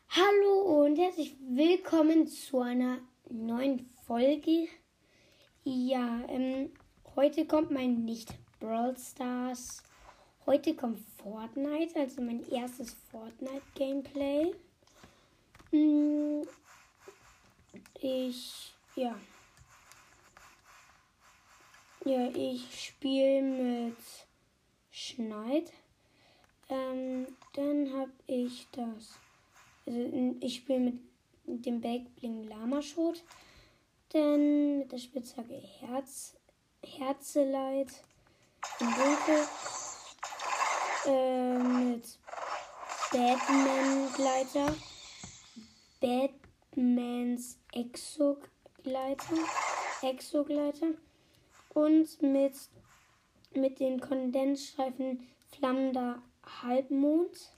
Hallo und herzlich willkommen zu einer neuen Folge. Ja, heute kommt mein nicht Brawl Stars. Heute kommt Fortnite, also mein erstes Fortnite-Gameplay. Ich spiele mit Schneid. Dann habe ich das. Also ich spiele mit dem Backbling Lama-Schrot. Dann mit der Spitzhacke Herzeleit im Dunkel. Mit Batman-Gleiter. Batmans Exogleiter. Und mit den Kondensstreifen flammender Halbmond.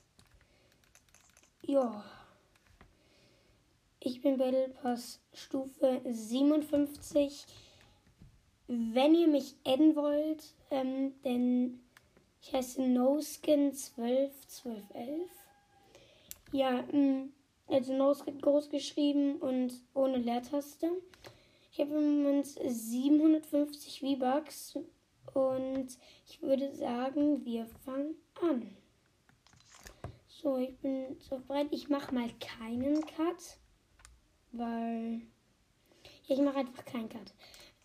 Ja. Ich bin Battle Pass Stufe 57. Wenn ihr mich adden wollt, denn ich heiße NoSkin121211. Ja, also NoSkin groß geschrieben und ohne Leertaste. Ich habe im Moment 750 V-Bucks und ich würde sagen, wir fangen an. So, ich bin so bereit. Ich mache mal keinen Cut. Weil ich mache einfach keinen Cut.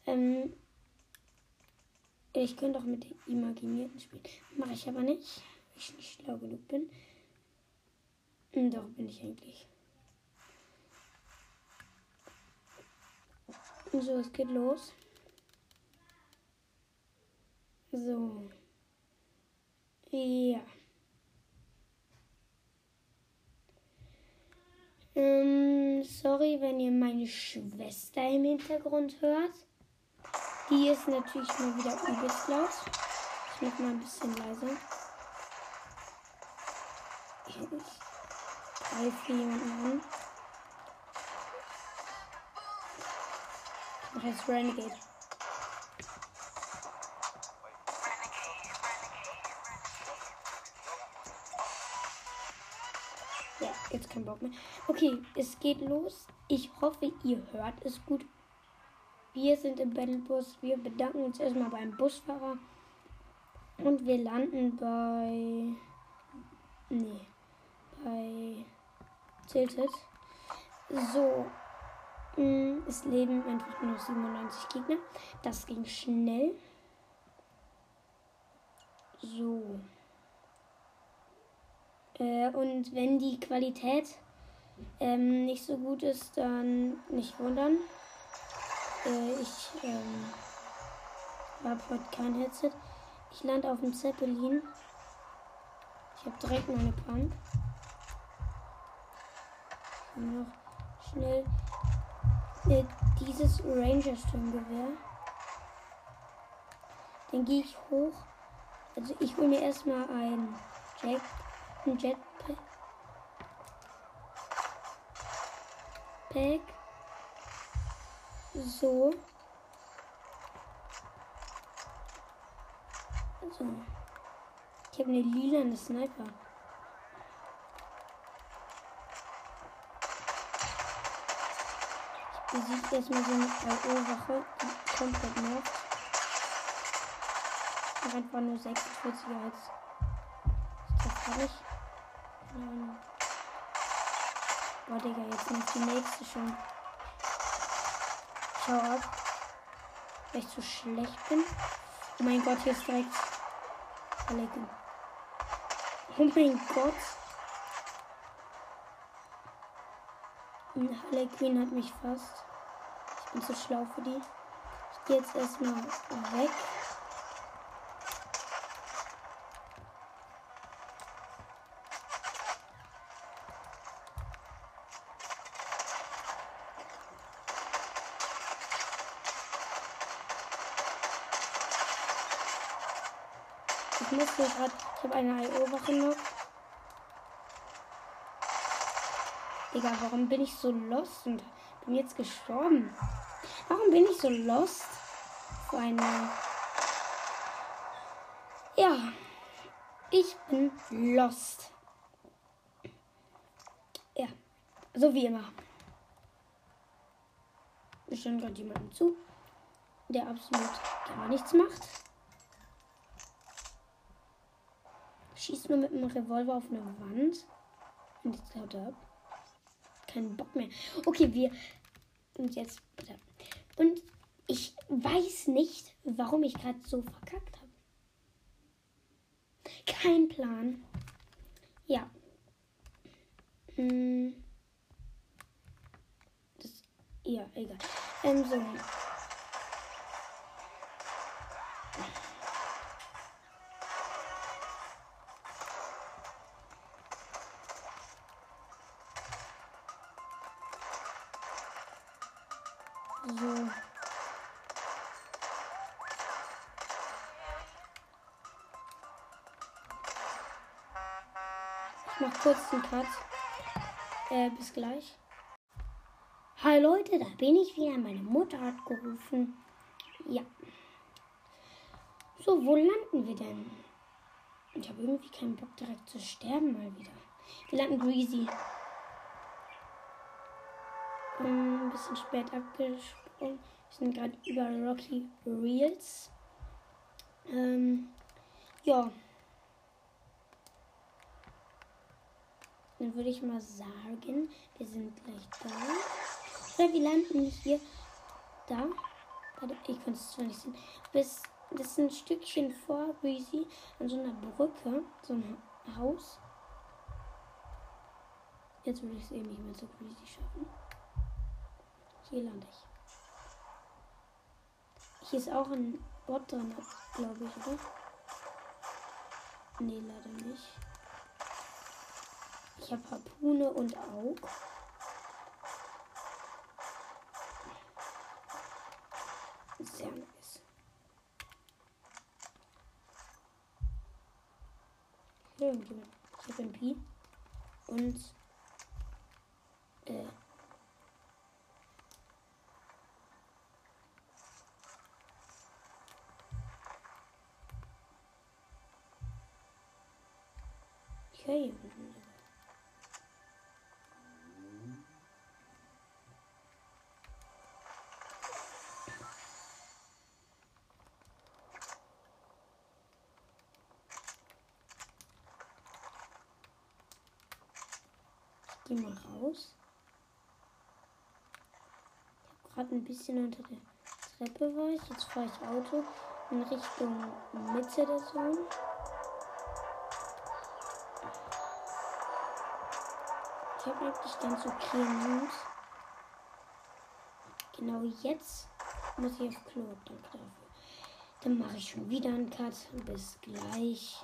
Ich könnte auch mit den Imaginierten spielen. Mache ich aber nicht, weil ich nicht schlau genug bin. Doch, bin ich eigentlich. So, es geht los. So. Ja. Sorry, wenn ihr meine Schwester im Hintergrund hört. Die ist natürlich mal wieder übelst laut. Ich mach mal ein bisschen leiser. Ich greife jemanden an. Ich mache jetzt Renegade. Ja, jetzt kein Bock mehr. Okay, es geht los. Ich hoffe, ihr hört es gut. Wir sind im Battlebus. Wir bedanken uns erstmal beim Busfahrer. Und wir landen bei Tilted. So. Es leben einfach nur noch 97 Gegner. Das ging schnell. So. Und wenn die Qualität nicht so gut ist, dann nicht wundern. Ich habe heute kein Headset. Ich lande auf dem Zeppelin. Ich habe direkt meine Pump. Noch schnell dieses Ranger-Sturmgewehr. Dann gehe ich hoch. Also ich hole mir erstmal ein Jetpack. So. Ich habe eine lilane Sniper. Ich besiege erstmal so eine AO-Wache, die komplett nervt. Ich habe einfach nur 46 als. Das habe ich. Boah, Digga, jetzt nimmt die nächste schon. Schau ab. Weil ich zu schlecht bin. Oh mein Gott, hier ist direkt. Oh mein Gott. Harley Quinn hat mich fast. Ich bin zu schlau für die. Ich gehe jetzt erstmal weg. Ich habe eine IO-Wache noch. Digga, warum bin ich so lost und bin jetzt gestorben? Warum bin ich so lost? Für eine. Ja, ich bin lost. Ja, So wie immer. Wir stellen gerade jemandem zu, der absolut gar nichts macht. Schießt nur mit dem Revolver auf eine Wand. Und jetzt haut er ab. Keinen Bock mehr. Okay, wir. Und jetzt bitte. Und ich weiß nicht, warum ich gerade so verkackt habe. Kein Plan. Ja. Ja, egal. So. So. Ich mach kurz den Cut. Bis gleich. Hi Leute, da bin ich wieder. Meine Mutter hat gerufen. Ja. So, wo landen wir denn? Ich habe irgendwie keinen Bock direkt zu sterben mal wieder. Wir landen Greasy. Ein bisschen spät abgesprungen. Wir sind gerade über Rocky Reels. Ja. Dann würde ich mal sagen, wir sind gleich da. Oder wir landen hier. Da. Warte, ich konnte es zwar nicht sehen. Das ist ein Stückchen vor Greasy an so einer Brücke. So ein Haus. Jetzt würde ich es eben nicht mehr zu Greasy schaffen. Hier lande ich. Hier ist auch ein Bot drin, glaube ich, oder? Nee, leider nicht. Ich habe Harpune und Aug. Sehr nice. Irgendjemand. Ich habe MP. Und ich höre jemanden. Ich gehe mal raus. Ich habe gerade ein bisschen unter der Treppe war ich. Jetzt fahre ich Auto in Richtung Mitte der Zone. Ich habe eigentlich ganz okay News. Genau jetzt muss ich auf Klo. Danke dafür. Dann mache ich schon wieder einen Cut. Bis gleich.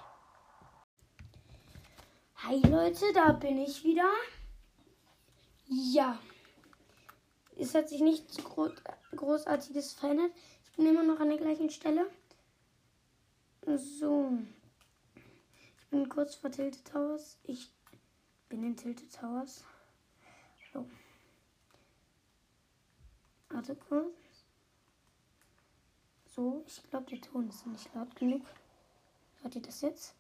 Hi Leute, da bin ich wieder. Ja. Es hat sich nichts Großartiges verändert. Ich bin immer noch an der gleichen Stelle. So. Ich bin kurz vor Tilted Towers. Ich bin in Tilted Towers. So. Warte kurz. So, ich glaube, der Ton ist nicht laut genug. Hört ihr das jetzt?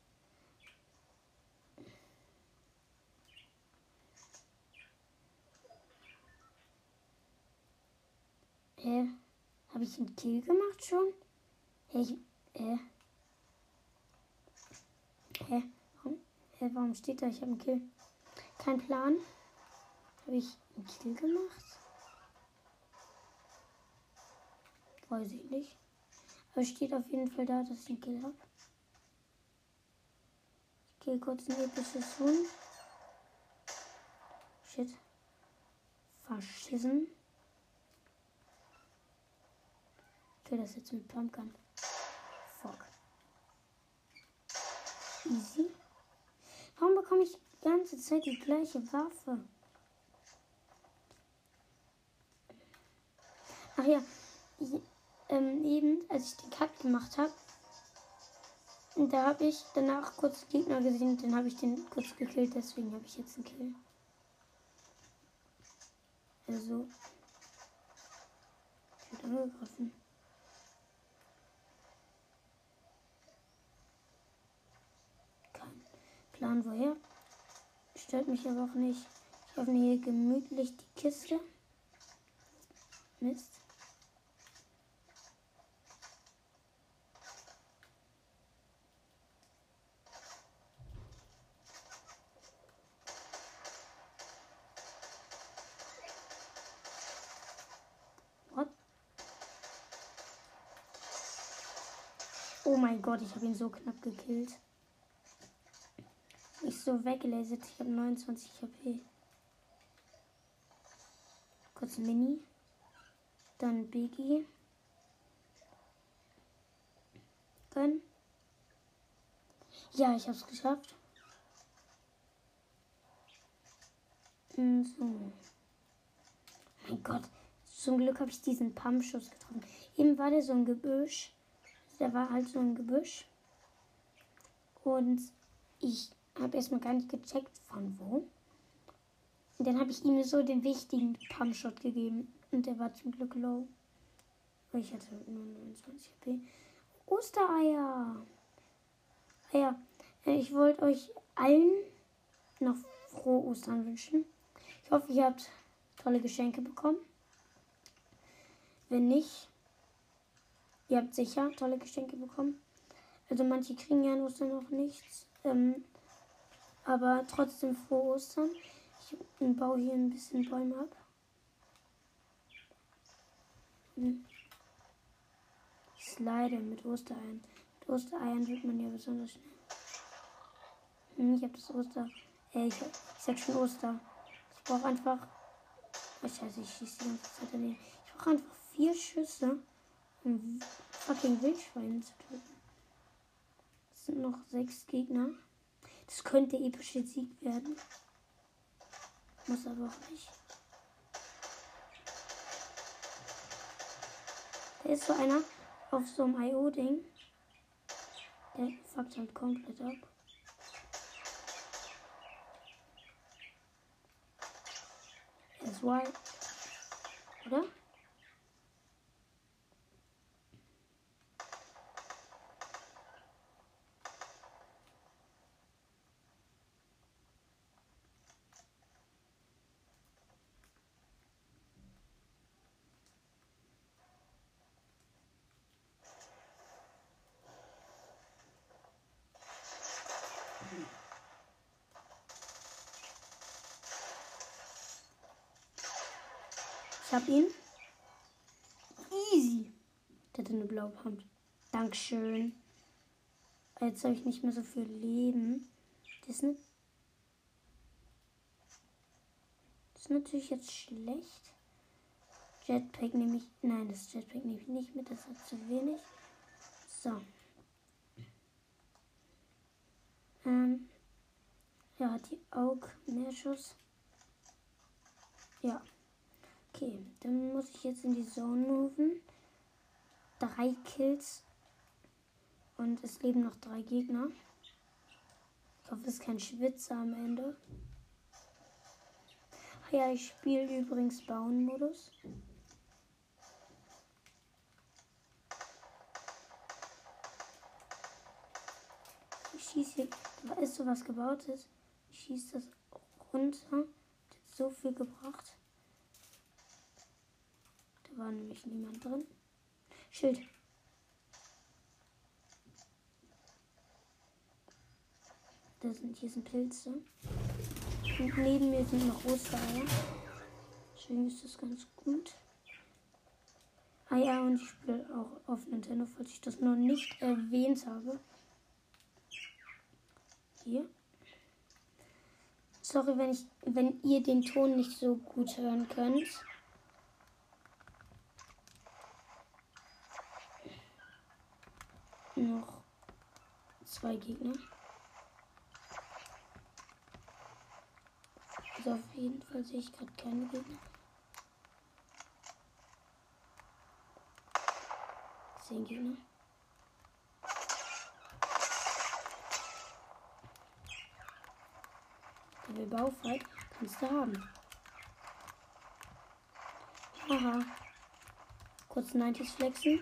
Habe ich einen Kill gemacht schon? Warum steht da? Ich habe einen Kill. Kein Plan. Habe ich einen Kill gemacht? Weiß ich nicht. Aber es steht auf jeden Fall da, dass ich einen Kill habe. Ich gehe kurz ein episches Huhn. Shit. Verschissen. Ich will das jetzt mit Pumpgun. Fuck. Easy. Warum bekomme ich die ganze Zeit die gleiche Waffe? Ach ja. Eben, als ich den Cut gemacht habe, da habe ich danach kurz Gegner gesehen, dann habe ich den kurz gekillt, deswegen habe ich jetzt einen Kill. Also, ich werde angegriffen. Kein Plan woher. Stört mich aber auch nicht. Ich öffne hier gemütlich die Kiste. Mist. What? Oh mein Gott, ich habe ihn so knapp gekillt. Mich so weggelasert. Ich habe 29 HP. Kurz Mini. Dann Biggie. Gönn. Ja, ich habe es geschafft. So. Mein Gott. Zum Glück habe ich diesen Pumpschuss getroffen. Eben war der so ein Gebüsch. Der war halt so ein Gebüsch. Und ich habe erstmal gar nicht gecheckt, von wo. Und dann habe ich ihm so den wichtigen Pumpshot gegeben. Und der war zum Glück low. Ich hatte nur 29 HP. Ostereier. Ja, ich wollte euch allen noch frohe Ostern wünschen. Ich hoffe, ihr habt tolle Geschenke bekommen. Wenn nicht, ihr habt sicher tolle Geschenke bekommen. Also manche kriegen ja an Ostern noch nichts. Aber trotzdem frohe Ostern. Ich baue hier ein bisschen Bäume ab. Ich slide mit Ostereiern. Mit Ostereiern wird man ja besonders schnell. Ich habe das ich sag schon Oster. Ich brauche einfach... Oh, Scheiße, ich schieße die ganze Zeit daneben. Ich brauche einfach 4 Schüsse, um fucking Wildschweine zu töten. Es sind noch 6 Gegner. Das könnte epischer Sieg werden. Muss aber auch nicht. Da ist so einer auf so einem IO-Ding. Der fuckt halt komplett ab. Er ist wild. Oder? Ich hab ihn. Easy. Der hatte eine blaue Pump. Dankeschön. Jetzt habe ich nicht mehr so viel Leben. Das ist natürlich jetzt schlecht. Jetpack nehme ich. Nein, das Jetpack nehme ich nicht mit. Das hat zu wenig. So. Ja, hat die Aug mehr Schuss. Ja. Okay, dann muss ich jetzt in die Zone moven. 3 Kills. Und es leben noch 3 Gegner. Ich hoffe, es ist kein Schwitzer am Ende. Ja, ich spiele übrigens Bauen-Modus. Ich schieße hier, da ist sowas Gebautes. Ich schieße das runter. Hat so viel gebracht. Da war nämlich niemand drin. Schild. Hier sind Pilze. Und neben mir sind noch Ostereier. Deswegen ist das ganz gut. Ah ja, und ich spiele auch auf Nintendo, falls ich das noch nicht erwähnt habe. Hier. Sorry, wenn ihr den Ton nicht so gut hören könnt. Noch 2 Gegner. Also auf jeden Fall sehe ich gerade keine Gegner. 10 Gegner. Der will Baufight. Kannst du haben. Haha. Kurz 90s flexen.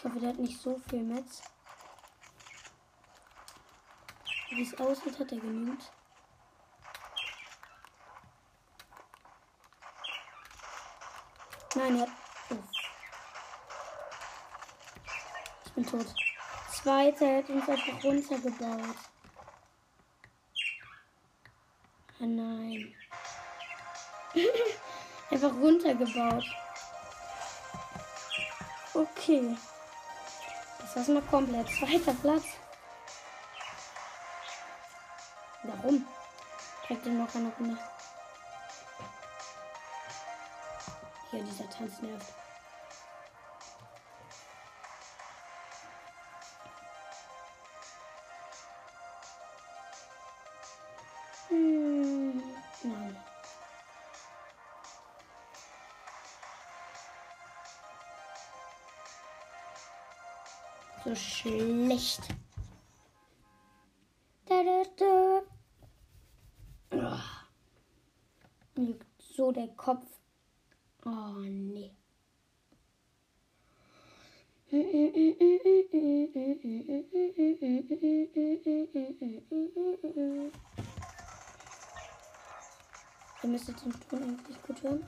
Ich hoffe, der hat nicht so viel Metz. Wie es aussieht, hat er genügend. Nein, er hat... Oh. Ich bin tot. Zweiter, er hat uns einfach runtergebaut. Ah nein. Einfach runtergebaut. Okay. Das war's mal komplett. Zweiter Platz. Warum? Kriegt ihr noch eine Runde? Hier, dieser Tanz nervt. Nein. So schlecht. Da, da, da. Oh. Mir liegt so der Kopf. Oh nee. Ihr müsstet den Ton eigentlich gut hören.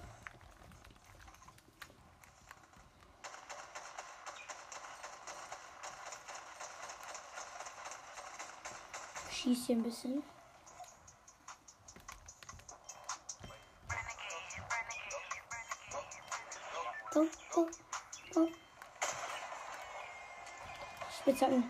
Ich schieße hier ein bisschen. Oh, oh, oh. Spitzhacken.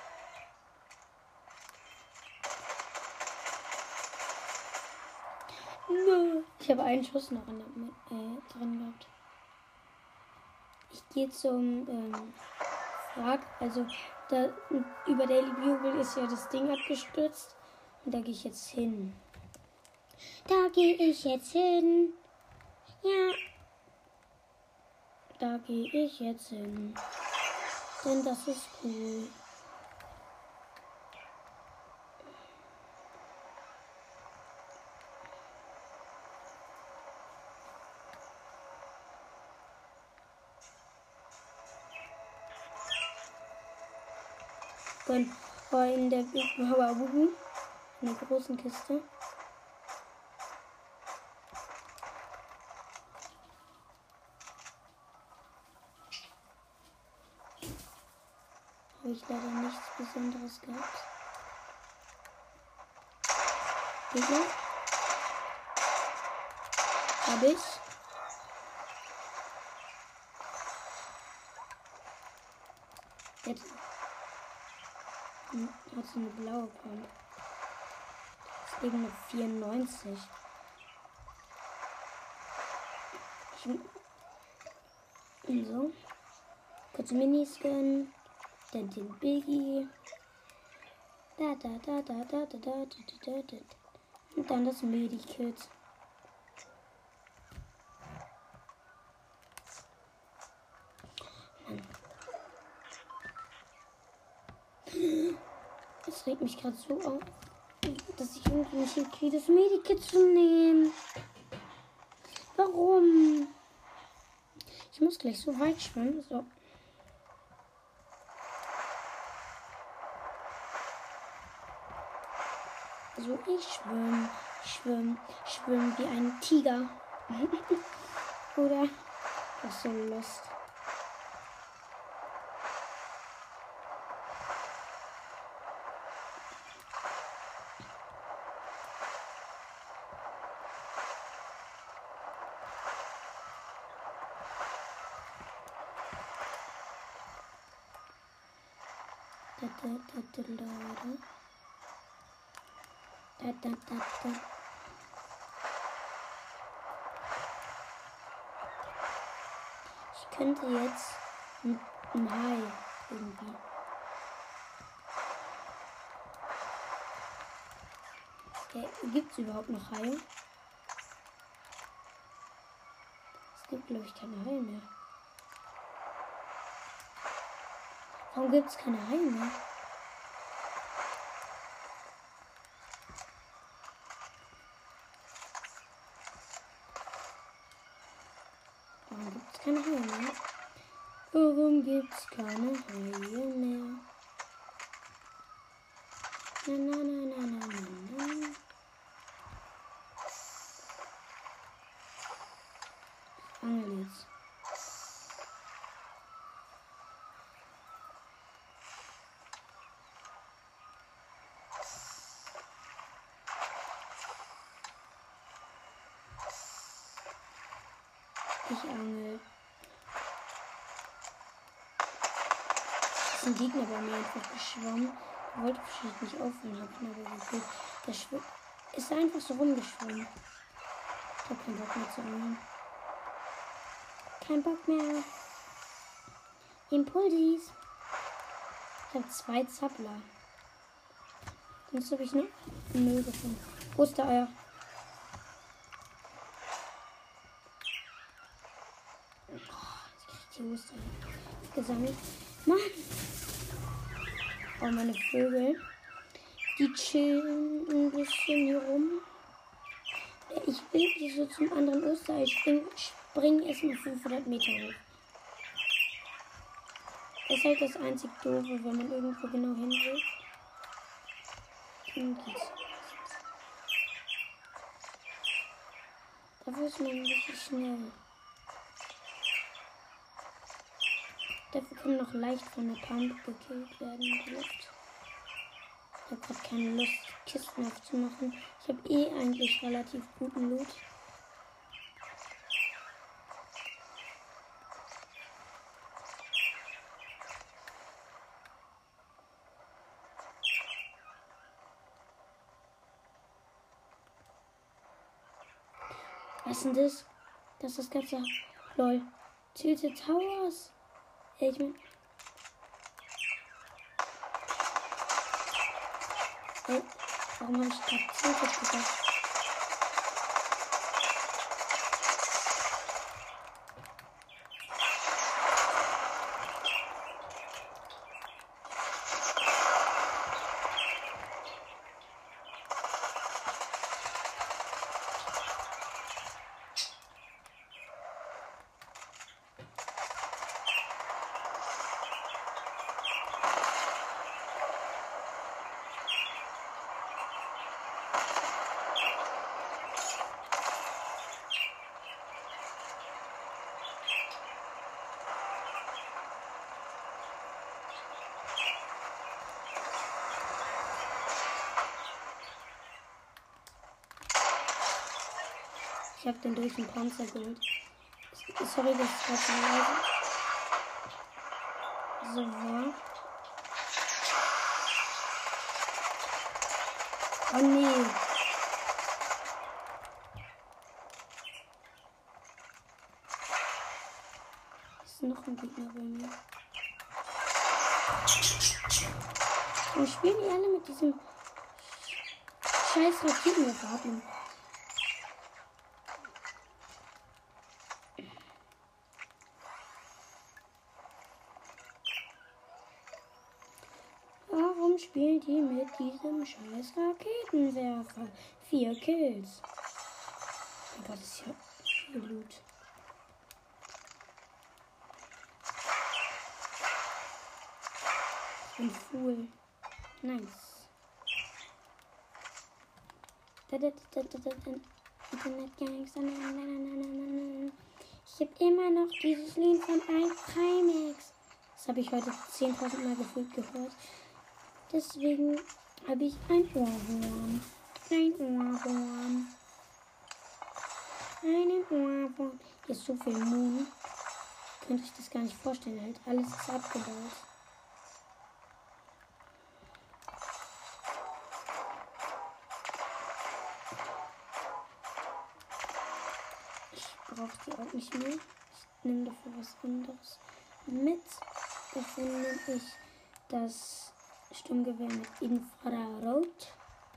No. Ich habe einen Schuss noch drin gehabt. Ich gehe zum Frag. Also da über Daily Bugle ist ja das Ding abgestürzt. Und da gehe ich jetzt hin. Da gehe ich jetzt hin. Ja. Da gehe ich jetzt hin. Denn das ist cool. War in der Hawabubu, in der großen Kiste. Habe ich leider nichts Besonderes gehabt. Gegner. Habe ich. Jetzt. Hat so eine blaue Pump. Das Leben noch 94. So. Kurze Miniscan. Dann den Biggie. Da. Und dann das Medikit. Es regt mich gerade so auf, dass ich irgendwie nicht hinkriege, das Medikit zu nehmen. Warum? Ich muss gleich so weit schwimmen. So. Also ich schwimme wie ein Tiger. Oder? Das ist so Lust. Ich könnte jetzt mit einem Hai irgendwie. Okay, gibt es überhaupt noch Haie? Es gibt, glaube ich, keine Haie mehr. Warum gibt es keine Haie mehr? Warum gibt es keine Haie mehr? Warum gibt's keine Haie mehr? Na, na, na, na, na, na, na. Angel jetzt. Ich angel. Ist ein Gegner bei mir einfach geschwommen. Er wollte wahrscheinlich nicht aufhören, hab ihn aber gekillt. Der ist einfach so rumgeschwommen. Ich hab keinen Bock mehr zu angeln. Kein Bock mehr. Impulsis. Ich habe 2 Zappler. Sonst habe ich nur Müll gefunden. Ostereier. Oh, jetzt krieg ich die Ostereier gesammelt. Mann! Oh, meine Vögel. Die chillen ein bisschen hier rum. Ich will die so zum anderen Osterei springen erstmal 500 Meter hoch. Das ist halt das einzig Doofe, wenn man irgendwo genau hin will. Dann geht's. Dafür ist man richtig schnell. Dafür kann noch leicht von der Pump gekillt werden in der Luft. Ich habe gerade keine Lust, Kisten aufzumachen. Ich habe eigentlich relativ guten Loot. Was ist denn das? Das ist das ganze... Lol. Tilted Towers. Ich mein... Oh, warum habe ich gerade Tilted gesagt? Ich habe den durch den Panzer geholt. Sorry, das ist gerade so leise. So war. Oh nee. Ist noch ein Gegner bei mir. Und spielen die alle mit diesem scheiß Raketenwerfer? Warum spielen die mit diesem scheiß Raketenwerfer? 4 Kills. Oh Gott, das ist ja viel Loot. Ein Fool. Nice. Internetgangster. Ich habe immer noch dieses Lied von Primax. Das habe ich heute 10.000 Mal gefühlt gehört. Deswegen habe ich ein Ohrwurm. Ein Ohrwurm. Einen Ohrwurm. Hier ist so viel Moon. Könnte ich das gar nicht vorstellen. Halt alles ist abgebaut. Ich brauche die auch nicht mehr. Ich nehme dafür was anderes mit. Dafür nehme ich das Sturmgewehr mit Infrarot.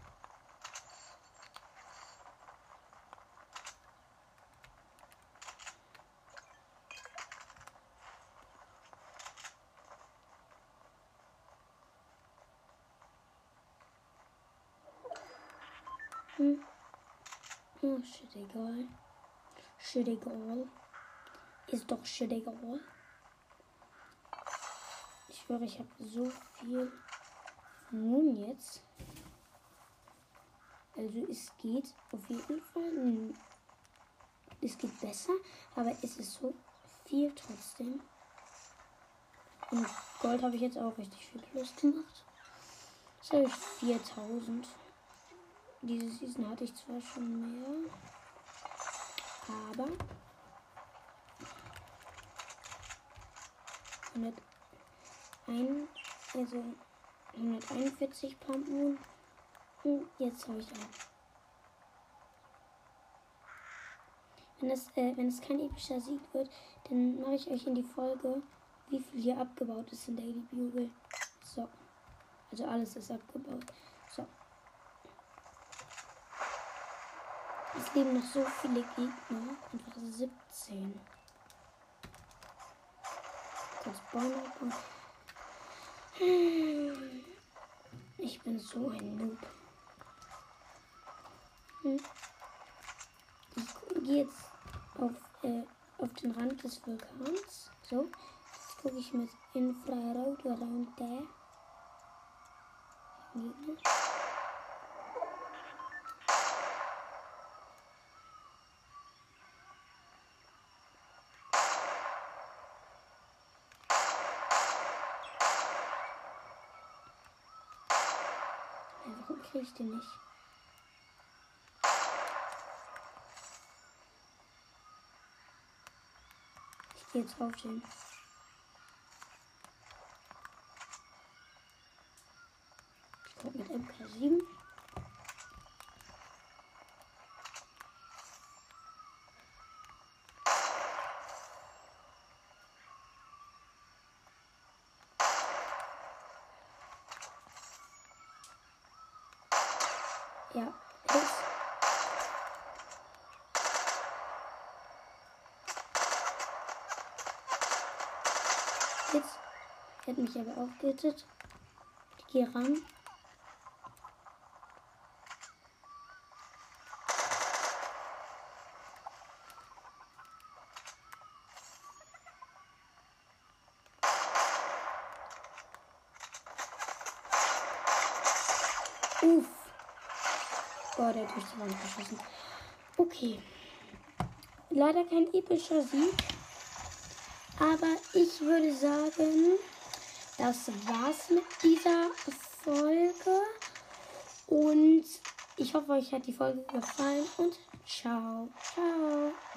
Oh, shit, egal. Shit, egal. Ist doch shit, egal. Ich schwöre, ich habe so viel Moon jetzt. Also es geht auf jeden Fall. Es geht besser, aber es ist so viel trotzdem. Und Gold habe ich jetzt auch richtig viel Plus gemacht. Jetzt habe ich 4000. Diese Season hatte ich zwar schon mehr, aber 141 Pump Moon. Jetzt habe ich auch. Wenn es kein epischer Sieg wird, dann mache ich euch in die Folge, wie viel hier abgebaut ist in Daily Bugle. So. Also alles ist abgebaut. So. Es leben noch so viele Gegner. Einfach 17. Kurz Bäume abbauen. Ich bin so ein Noob. Ich gehe jetzt auf den Rand des Vulkans. So. Jetzt gucke ich mit Infrarot runter. Warum kriege ich den nicht? Ich gehe jetzt auf den. Ich gucke mit MK7. Ja, jetzt hat mich aber auch gehittet. Ich gehe ran. Uff. Oh, der hat durch die Wand geschossen. Okay. Leider kein epischer Sieg. Aber ich würde sagen, das war's mit dieser Folge. Und ich hoffe, euch hat die Folge gefallen. Und ciao. Ciao.